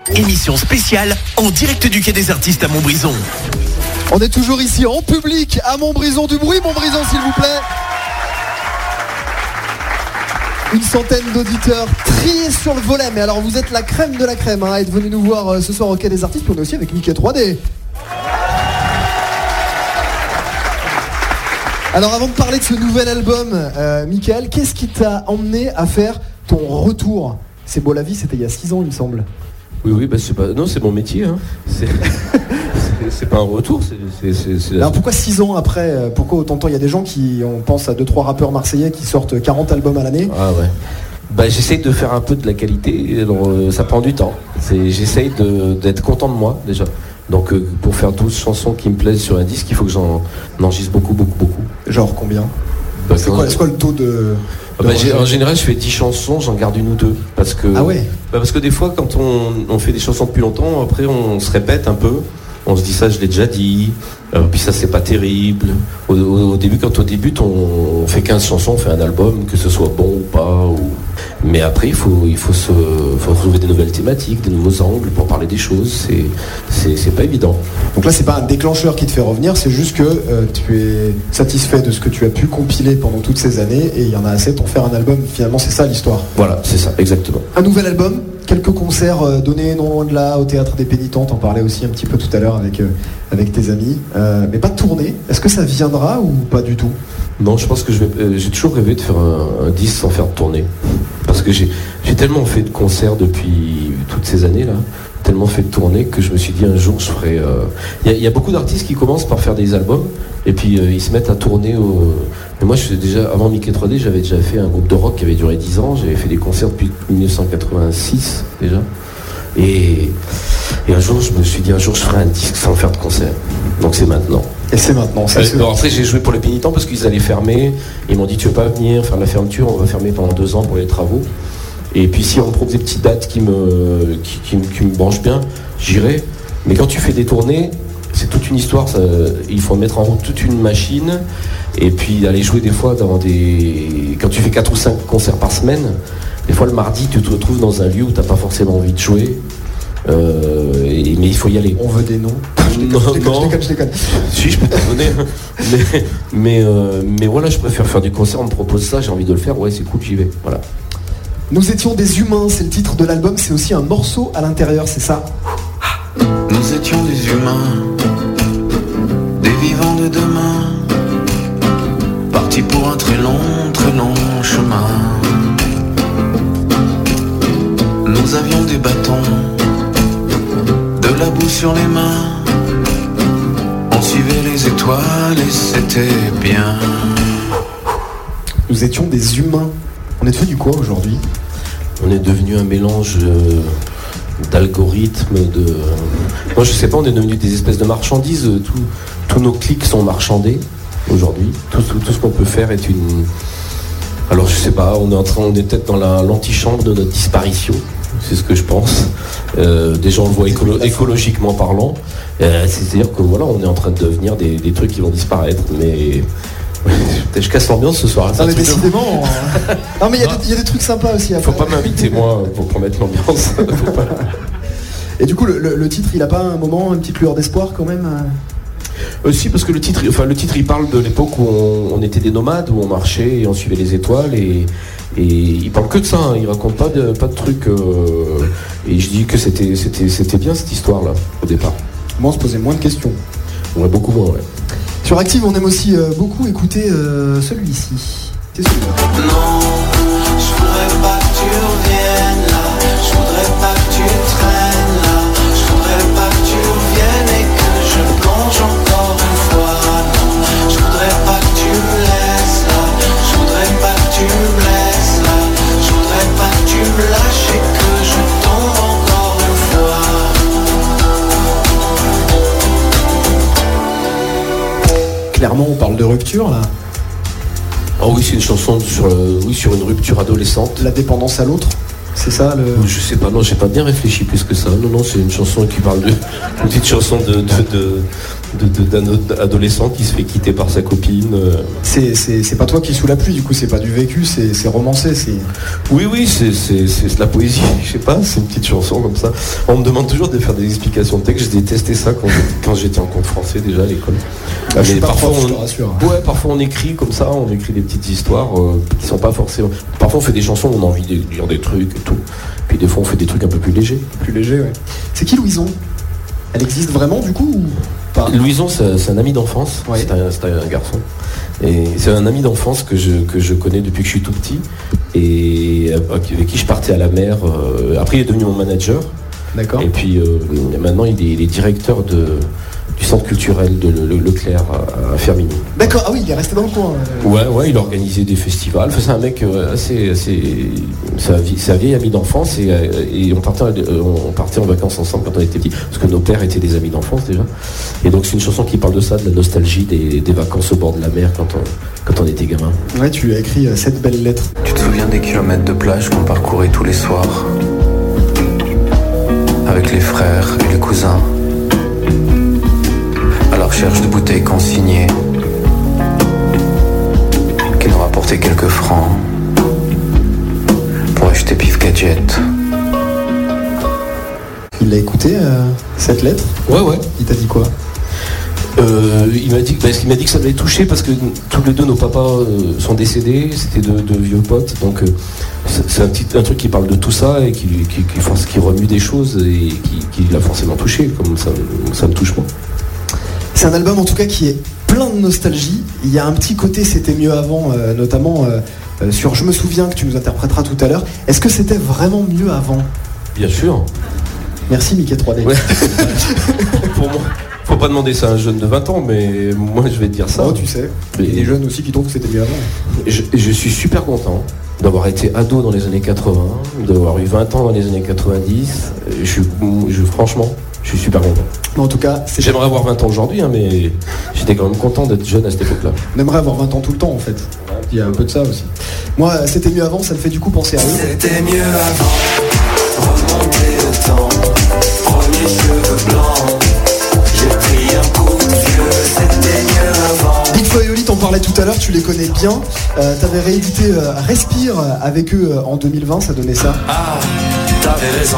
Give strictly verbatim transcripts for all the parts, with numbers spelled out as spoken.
Émission spéciale en direct du Quai des Artistes à Montbrison. On est toujours ici en public à Montbrison. Du bruit, Montbrison, s'il vous plaît. Une centaine d'auditeurs triés sur le volet. Mais alors, vous êtes la crème de la crème hein, à être venu nous voir euh, ce soir au Quai des Artistes. Puis on est aussi avec Mickey trois D. Alors, avant de parler de ce nouvel album, euh, Michael, qu'est-ce qui t'a emmené à faire ton retour ? C'est beau la vie, c'était il y a six ans, il me semble. Oui, oui, bah c'est pas. Non, c'est mon métier. Hein. C'est... c'est, c'est pas un retour. C'est, c'est, c'est, c'est la... Alors pourquoi six ans après ? Pourquoi autant de temps ? Il y a des gens qui, on pense à deux trois rappeurs marseillais qui sortent quarante albums à l'année. Ah ouais. Bah j'essaye de faire un peu de la qualité. Alors euh, ça prend du temps. C'est, j'essaye de, d'être content de moi déjà. Donc euh, pour faire douze chansons qui me plaisent sur un disque, il faut que j'en enregistre beaucoup, beaucoup, beaucoup. Genre combien ? Bah, c'est, quoi, c'est quoi le taux de... Ah bah, en général, je fais dix chansons, j'en garde une ou deux. Parce que, ah ouais bah parce que des fois, quand on, on fait des chansons depuis longtemps, après on se répète un peu. On se dit ça, je l'ai déjà dit. Euh, puis ça, c'est pas terrible. Au, au, au début, quand on débute, on, on fait quinze chansons, on fait un album, que ce soit bon ou pas. Ou... Mais après, il faut, il faut, se, faut trouver des nouvelles thématiques, des nouveaux angles pour parler des choses. C'est, c'est, c'est pas évident. Donc là, c'est pas un déclencheur qui te fait revenir, c'est juste que euh, tu es satisfait de ce que tu as pu compiler pendant toutes ces années et il y en a assez pour faire un album. Finalement, c'est ça l'histoire. Voilà, c'est ça, exactement. Un nouvel album, quelques concerts euh, donnés non loin de là, au Théâtre des Pénitents. T'en parlais aussi un petit peu tout à l'heure avec, euh, avec tes amis. Euh, mais pas de tournée. Est-ce que ça viendra ou pas du tout ? Non, je pense que je vais, euh, j'ai toujours rêvé de faire un, un disque sans faire de tournée. Parce que j'ai, j'ai tellement fait de concerts depuis toutes ces années-là, tellement fait de tournées que je me suis dit un jour je ferai... Il euh... y, y a beaucoup d'artistes qui commencent par faire des albums et puis euh, ils se mettent à tourner au... Mais moi, je faisais déjà, avant Mickey trois D, j'avais déjà fait un groupe de rock qui avait duré dix ans. J'avais fait des concerts depuis dix-neuf cent quatre-vingt-six déjà. Et, et un jour, je me suis dit un jour je ferai un disque sans faire de concert. Donc c'est maintenant. Et c'est maintenant. C'est euh, alors après j'ai joué pour les Pénitents parce qu'ils allaient fermer. Ils m'ont dit tu veux pas venir faire la fermeture, on va fermer pendant deux ans pour les travaux. Et puis si on me propose des petites dates qui me, qui, qui, qui me branchent bien, j'irai. Mais quand tu fais des tournées, c'est toute une histoire. Ça, il faut mettre en route toute une machine. Et puis aller jouer des fois dans des... Quand tu fais quatre ou cinq concerts par semaine, des fois le mardi tu te retrouves dans un lieu où t'as pas forcément envie de jouer. Euh, et, mais il faut y aller. On veut des noms. Je déconne, non, je déconne, non. je déconne, je déconne. Si, je peux t'en donner. mais, mais, euh, mais voilà, je préfère faire du concert, on me propose ça, j'ai envie de le faire, ouais, c'est cool, j'y vais. Voilà. Nous étions des humains, c'est le titre de l'album, c'est aussi un morceau à l'intérieur, c'est ça ? Nous étions des humains, des vivants de demain, partis pour un très long, très long chemin. Nous avions des bâtons, de la boue sur les mains. On suivait les étoiles et c'était bien. Nous étions des humains. On est devenu quoi aujourd'hui ? On est devenu un mélange euh, d'algorithmes, de... Euh... Moi je sais pas, on est devenu des espèces de marchandises. Tout, tous nos clics sont marchandés aujourd'hui. Tout, tout, tout ce qu'on peut faire est une... Alors je sais pas, on est en train, on est peut-être dans la, l'antichambre de notre disparition. C'est ce que je pense. Euh, déjà on le voit écolo- écologiquement parlant. Euh, c'est-à-dire que voilà, on est en train de devenir des, des trucs qui vont disparaître. Mais je casse l'ambiance ce soir. Non mais décidément. De... non mais il y, y a des trucs sympas aussi. Après. Faut pas m'inviter moi pour promettre l'ambiance. Faut pas... Et du coup le, le, le titre, il a pas un moment, une petite lueur d'espoir quand même ? Euh, si, parce que le titre, enfin le titre, il parle de l'époque où on, on était des nomades, où on marchait et on suivait les étoiles et, et il parle que de ça. Hein, il raconte pas de pas de trucs. Euh, et je dis que c'était c'était c'était bien cette histoire là au départ. Moi, on se posait moins de questions. Ouais, beaucoup moins. Ouais. Sur Active, on aime aussi euh, beaucoup écouter euh, celui-ci. C'est celui-là. Non, je voudrais pas que tu reviennes là. Je voudrais pas que tu traînes là. Je voudrais pas que tu reviennes et que je plonge encore une fois. Non, je voudrais pas que tu me laisses là. Je voudrais pas que tu me blesses là. Je voudrais pas que tu me lâches et que je tombe encore une fois. Clairement, on parle de rupture là. Oh oui, c'est une chanson sur, euh, oui, sur une rupture adolescente. La dépendance à l'autre, c'est ça le... Je sais pas, non, j'ai pas bien réfléchi plus que ça. Non, non, c'est une chanson qui parle de... Une petite chanson de, de, de, de, de, d'un adolescent qui se fait quitter par sa copine. C'est, c'est, c'est pas toi qui sous la pluie, du coup, c'est pas du vécu, c'est, c'est romancé. C'est... Oui, oui, c'est, c'est, c'est de la poésie, je sais pas, c'est une petite chanson comme ça. On me demande toujours de faire des explications de texte, j'ai détesté ça quand, quand j'étais en cours de français déjà à l'école. Ah, je suis pas parfois, prof, on, je te rassure. Ouais, parfois on écrit comme ça, on écrit des petites histoires euh, qui sont pas forcément... Parfois on fait des chansons, on a envie de lire des trucs et tout. Puis des fois on fait des trucs un peu plus légers. Plus léger, ouais. C'est qui Louison ? Elle existe vraiment du coup ou pas ? Louison, c'est, c'est un ami d'enfance, ouais. c'est, un, c'est un garçon. Et c'est un ami d'enfance que je, que je connais depuis que je suis tout petit et avec qui je partais à la mer. Après, il est devenu mon manager. D'accord. Et puis euh, maintenant, il est, il est directeur de, du centre culturel de Le, Le, Leclerc à, à Firminy. D'accord, ah oui, il est resté dans le coin. Euh... Ouais, ouais, il organisait des festivals. Enfin, c'est un mec assez. assez c'est, un, c'est un vieil ami d'enfance et, et on, partait, on partait en vacances ensemble quand on était petits. Parce que nos pères étaient des amis d'enfance déjà. Et donc, c'est une chanson qui parle de ça, de la nostalgie des, des vacances au bord de la mer quand on, quand on était gamin. Ouais, tu lui as écrit euh, cette belle lettre. Tu te souviens des kilomètres de plage qu'on parcourait tous les soirs avec les frères et les cousins, à la recherche de bouteilles consignées qui nous rapportaient quelques francs pour acheter Pif Gadget. Il l'a écouté, euh, cette lettre ? Ouais, ouais. Il t'a dit quoi ? Euh, il m'a dit, bah, il m'a dit que ça m'avait touché parce que tous les deux nos papas euh, sont décédés, c'était de, de vieux potes, donc euh, c'est, c'est un, petit, un truc qui parle de tout ça et qui, qui, qui, qui, qui remue des choses et qui, qui l'a forcément touché, comme ça, ça me touche moi. C'est un album en tout cas qui est plein de nostalgie. Il y a un petit côté c'était mieux avant, euh, notamment euh, sur Je me souviens que tu nous interpréteras tout à l'heure. Est-ce que c'était vraiment mieux avant ? Bien sûr. Merci Mickey trois D. Ouais. Pour moi. Faut pas demander ça à un jeune de vingt ans, mais moi je vais te dire ça. Oh, tu sais. Il y a des jeunes aussi qui trouvent que c'était mieux avant. Je, je suis super content d'avoir été ado dans les années quatre-vingts, d'avoir eu vingt ans dans les années quatre-vingt-dix. Je suis, je, franchement, je suis super content. Mais en tout cas, c'est... J'aimerais avoir vingt ans aujourd'hui, hein, mais j'étais quand même content d'être jeune à cette époque-là. On aimerait avoir vingt ans tout le temps en fait. Il y a un peu de ça aussi. Moi, c'était mieux avant, ça me fait du coup penser à eux. C'était mieux avant, remonter le temps, premier cheveux blancs. J'ai pris un coup de vieux, c'était mieux avant. Big Flo et Oli, t'en parlais tout à l'heure, tu les connais bien. Euh, t'avais réédité euh, Respire avec eux euh, en deux mille vingt, ça donnait ça. Ah, t'avais raison.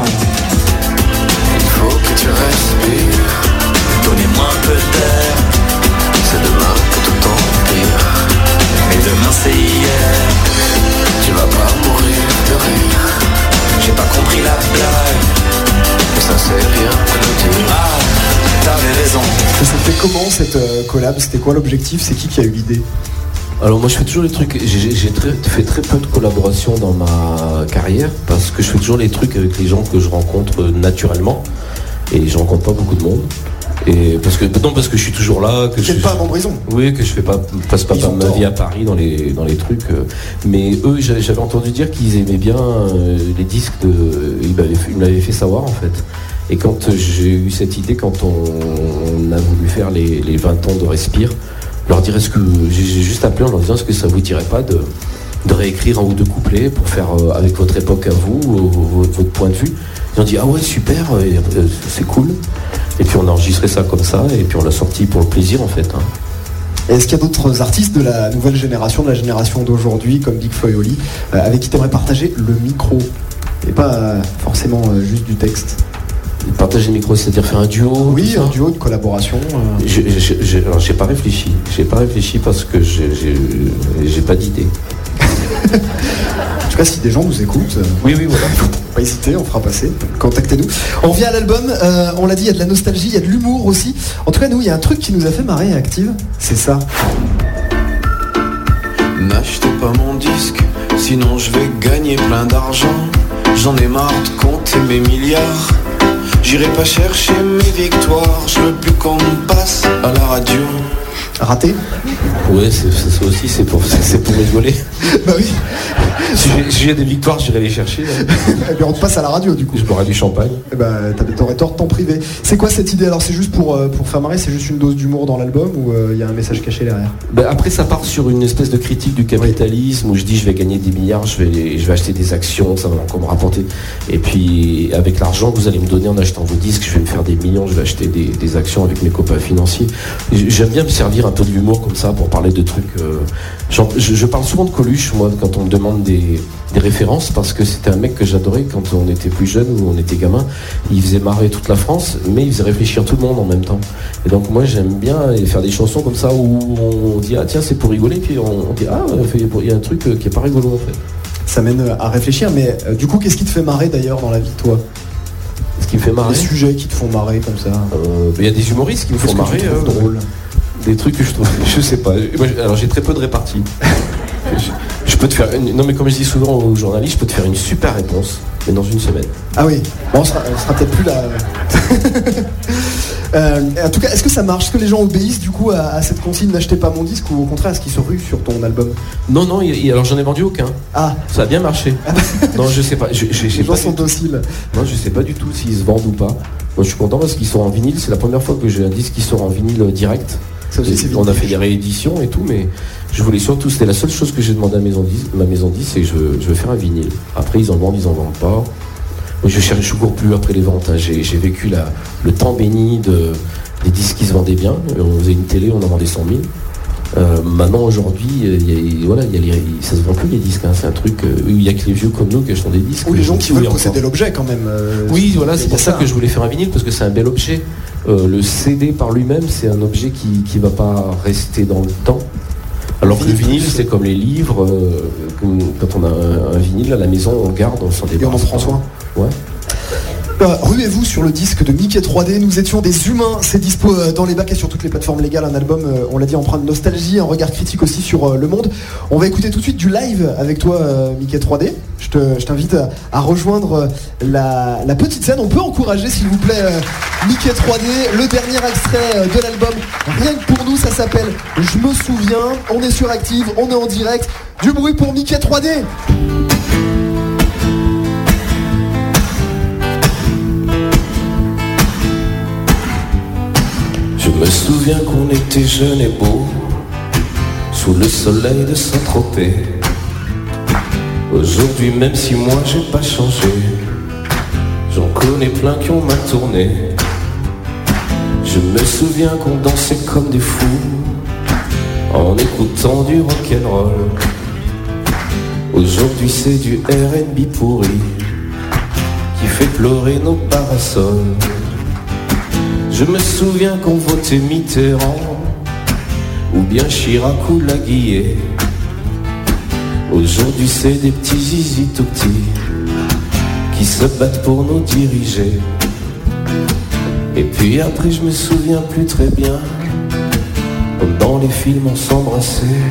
Il faut que tu respires. Donnez-moi un peu d'air. C'est demain que tout empire. Et demain c'est hier. Tu vas pas mourir de rire. J'ai pas compris la blague. Mais ça c'est rien de le dire. Ah, t'avais raison. Et ça fait comment cette euh, collab ? C'était quoi l'objectif ? C'est qui qui a eu l'idée ? Alors moi je fais toujours les trucs, j'ai, j'ai très, fait très peu de collaborations dans ma carrière parce que je fais toujours les trucs avec les gens que je rencontre naturellement et je rencontre pas beaucoup de monde. Et parce que non parce que je suis toujours là, que je pas à Montbrison. Oui, que je fais pas passe pas, pas ma vie à Paris dans les dans les trucs. Mais eux, j'avais entendu dire qu'ils aimaient bien euh, les disques de, ils m'avaient, ils m'avaient fait savoir en fait. Et quand j'ai eu cette idée, quand on, on a voulu faire les, les vingt ans de Respire, leur dire est-ce que j'ai juste appelé en leur disant est-ce que ça vous dirait pas de, de réécrire un ou deux couplets pour faire euh, avec votre époque à vous, euh, votre point de vue. Ils ont dit ah ouais super, euh, euh, c'est cool. Et puis on a enregistré ça comme ça et puis on l'a sorti pour le plaisir en fait. Hein. Et est-ce qu'il y a d'autres artistes de la nouvelle génération, de la génération d'aujourd'hui, comme Big Flo et Oli, euh, avec qui tu aimerais partager le micro et pas euh, forcément euh, juste du texte? Partager le micro, c'est-à-dire faire un duo? Oui, un duo, une collaboration. Euh... J'ai, j'ai, j'ai, alors, j'ai pas réfléchi. J'ai pas réfléchi parce que j'ai, j'ai, j'ai pas d'idée. En tout cas, si des gens nous écoutent, euh, oui, oui, voilà. Faut pas hésiter, on fera passer. Contactez-nous. On revient à l'album. Euh, on l'a dit, il y a de la nostalgie, il y a de l'humour aussi. En tout cas, nous, il y a un truc qui nous a fait marrer à Active. C'est ça. N'achetez pas mon disque, sinon je vais gagner plein d'argent. J'en ai marre de compter mes milliards. J'irai pas chercher mes victoires, je veux plus qu'on me passe à la radio. Raté? Ouais, c'est, c'est ça aussi, c'est pour, c'est, c'est pour rigoler. Bah oui. Si j'ai, si j'ai des victoires, j'irai les chercher. Et puis on te passe à la radio du coup. Je boirai du champagne. Et bah t'aurais tort de t'en priver. C'est quoi cette idée? Alors c'est juste pour, euh, pour faire marrer, c'est juste une dose d'humour dans l'album ou il euh, y a un message caché derrière? Ben après ça part sur une espèce de critique du capitalisme où je dis je vais gagner des milliards, je vais, je vais acheter des actions, ça va encore me rapporter. Et puis avec l'argent que vous allez me donner en achetant vos disques, je vais me faire des millions, je vais acheter des, des actions avec mes copains financiers. J'aime bien me servir un peu d'humour comme ça pour parler de trucs. Euh, je, je parle souvent de Coluche, moi, quand on me demande des, des références, parce que c'était un mec que j'adorais quand on était plus jeune ou on était gamin. Il faisait marrer toute la France, mais il faisait réfléchir tout le monde en même temps. Et donc moi j'aime bien faire des chansons comme ça où on dit ah tiens c'est pour rigoler, puis on, on dit ah il y a un truc qui est pas rigolo en fait. Ça mène à réfléchir, mais euh, du coup qu'est-ce qui te fait marrer d'ailleurs dans la vie toi? Ce qui me fait marrer. Des sujets qui te font marrer comme ça. Il euh, y a des humoristes qui me font marrer. Euh, drôle. Des trucs que je trouve, je sais pas. Moi, alors j'ai très peu de répartie. je, je peux te faire une, non mais comme je dis souvent aux journalistes, je peux te faire une super réponse, mais dans une semaine. Ah oui. Bon, on sera, on sera peut-être plus là. euh, en tout cas, est-ce que ça marche? Est-ce que les gens obéissent du coup à, à cette consigne n'achetez pas mon disque ou au contraire est-ce qu'ils se ruent sur ton album? Non non. Y, y, alors j'en ai vendu aucun. Ah. Ça a bien marché. non je sais pas. Je, je, je sais les gens pas sont dociles. Non je sais pas du tout s'ils se vendent ou pas. Moi je suis content parce qu'ils sont en vinyle. C'est la première fois que j'ai un disque qui sort en vinyle direct. Ça aussi, on a fait des rééditions et tout, mais je voulais surtout, c'était la seule chose que j'ai demandé à maison dix, ma maison dix, c'est que je veux, je veux faire un vinyle. Après, ils en vendent, ils en vendent pas. Moi, je cherche, je cours plus après les ventes. Hein. J'ai, j'ai vécu la, le temps béni de, des disques qui se vendaient bien. On faisait une télé, on en vendait cent mille. Euh, maintenant, aujourd'hui, y a, voilà, y a les, ça se vend plus les disques. Hein. C'est un truc où il n'y a que les vieux comme nous qui achètent des disques. Ou les gens qui veulent posséder l'objet quand même. Euh, oui, voilà, c'est pour ça, ça que je voulais faire un vinyle, parce que c'est un bel objet. Euh, le C D par lui-même, c'est un objet qui qui va pas rester dans le temps. Alors que le vinyle, c'est comme les livres. Euh, quand on a un, un vinyle à la maison, on garde, on s'en débarrasse. Et on en prend soin. Ouais. Euh, ruez-vous sur le disque de Mickey trois D. Nous étions des humains. C'est dispo euh, dans les bacs et sur toutes les plateformes légales. Un album, euh, on l'a dit, empreint de nostalgie, un regard critique aussi sur euh, le monde. On va écouter tout de suite du live avec toi, euh, Mickey trois D. Je, te, je t'invite à, à rejoindre euh, la, la petite scène. On peut encourager, s'il vous plaît, euh, Mickey trois D. Le dernier extrait euh, de l'album, rien que pour nous, ça s'appelle Je me souviens. On est sur Active, on est en direct. Du bruit pour Mickey trois D. Je me souviens qu'on était jeunes et beaux, sous le soleil de Saint-Tropez. Aujourd'hui, même si moi j'ai pas changé, j'en connais plein qui ont mal tourné. Je me souviens qu'on dansait comme des fous, en écoutant du rock'n'roll. Aujourd'hui c'est du R and B pourri, qui fait pleurer nos parasols. Je me souviens qu'on votait Mitterrand, ou bien Chirac ou Laguillet. Aujourd'hui c'est des petits zizi tout petits, qui se battent pour nous diriger. Et puis après je me souviens plus très bien, comme dans les films on s'embrassait.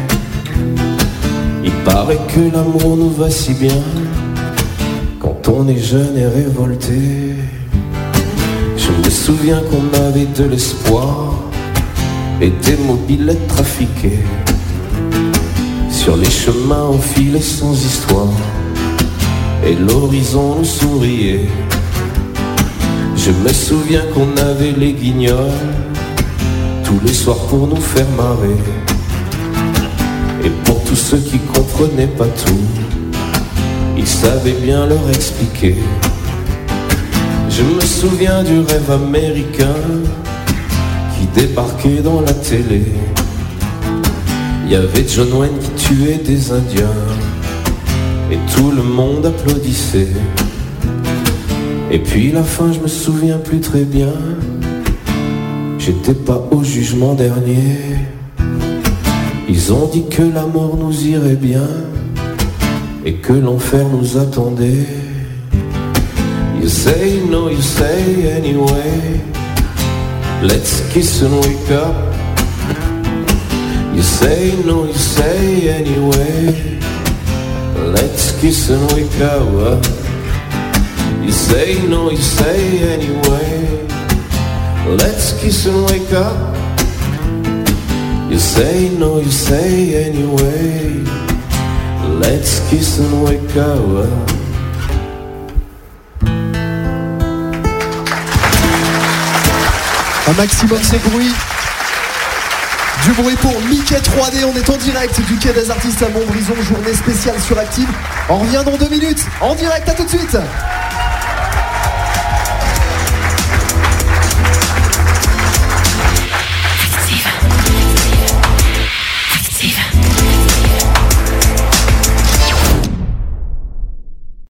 Il paraît que l'amour nous va si bien, quand on est jeune et révolté. Je me souviens qu'on avait de l'espoir et des mobylettes trafiquées. Sur les chemins on filait sans histoire, et l'horizon nous souriait. Je me souviens qu'on avait les guignols tous les soirs pour nous faire marrer. Et pour tous ceux qui comprenaient pas tout, ils savaient bien leur expliquer. Je me souviens du rêve américain qui débarquait dans la télé. Il y avait John Wayne qui tuait des Indiens, et tout le monde applaudissait. Et puis la fin je me souviens plus très bien, j'étais pas au jugement dernier. Ils ont dit que la mort nous irait bien, et que l'enfer nous attendait. You say no, you say anyway, let's kiss and wake up. You say no, you say anyway, let's kiss and wake up. You say no, you say anyway, let's kiss and wake up. You say no, you say anyway. Let's kiss and wake up. Un maximum de bruit. Du bruit pour Mickey trois D. On est en direct du Quai des Artistes à Montbrison. Journée spéciale sur Active. On revient dans deux minutes. En direct, à tout de suite.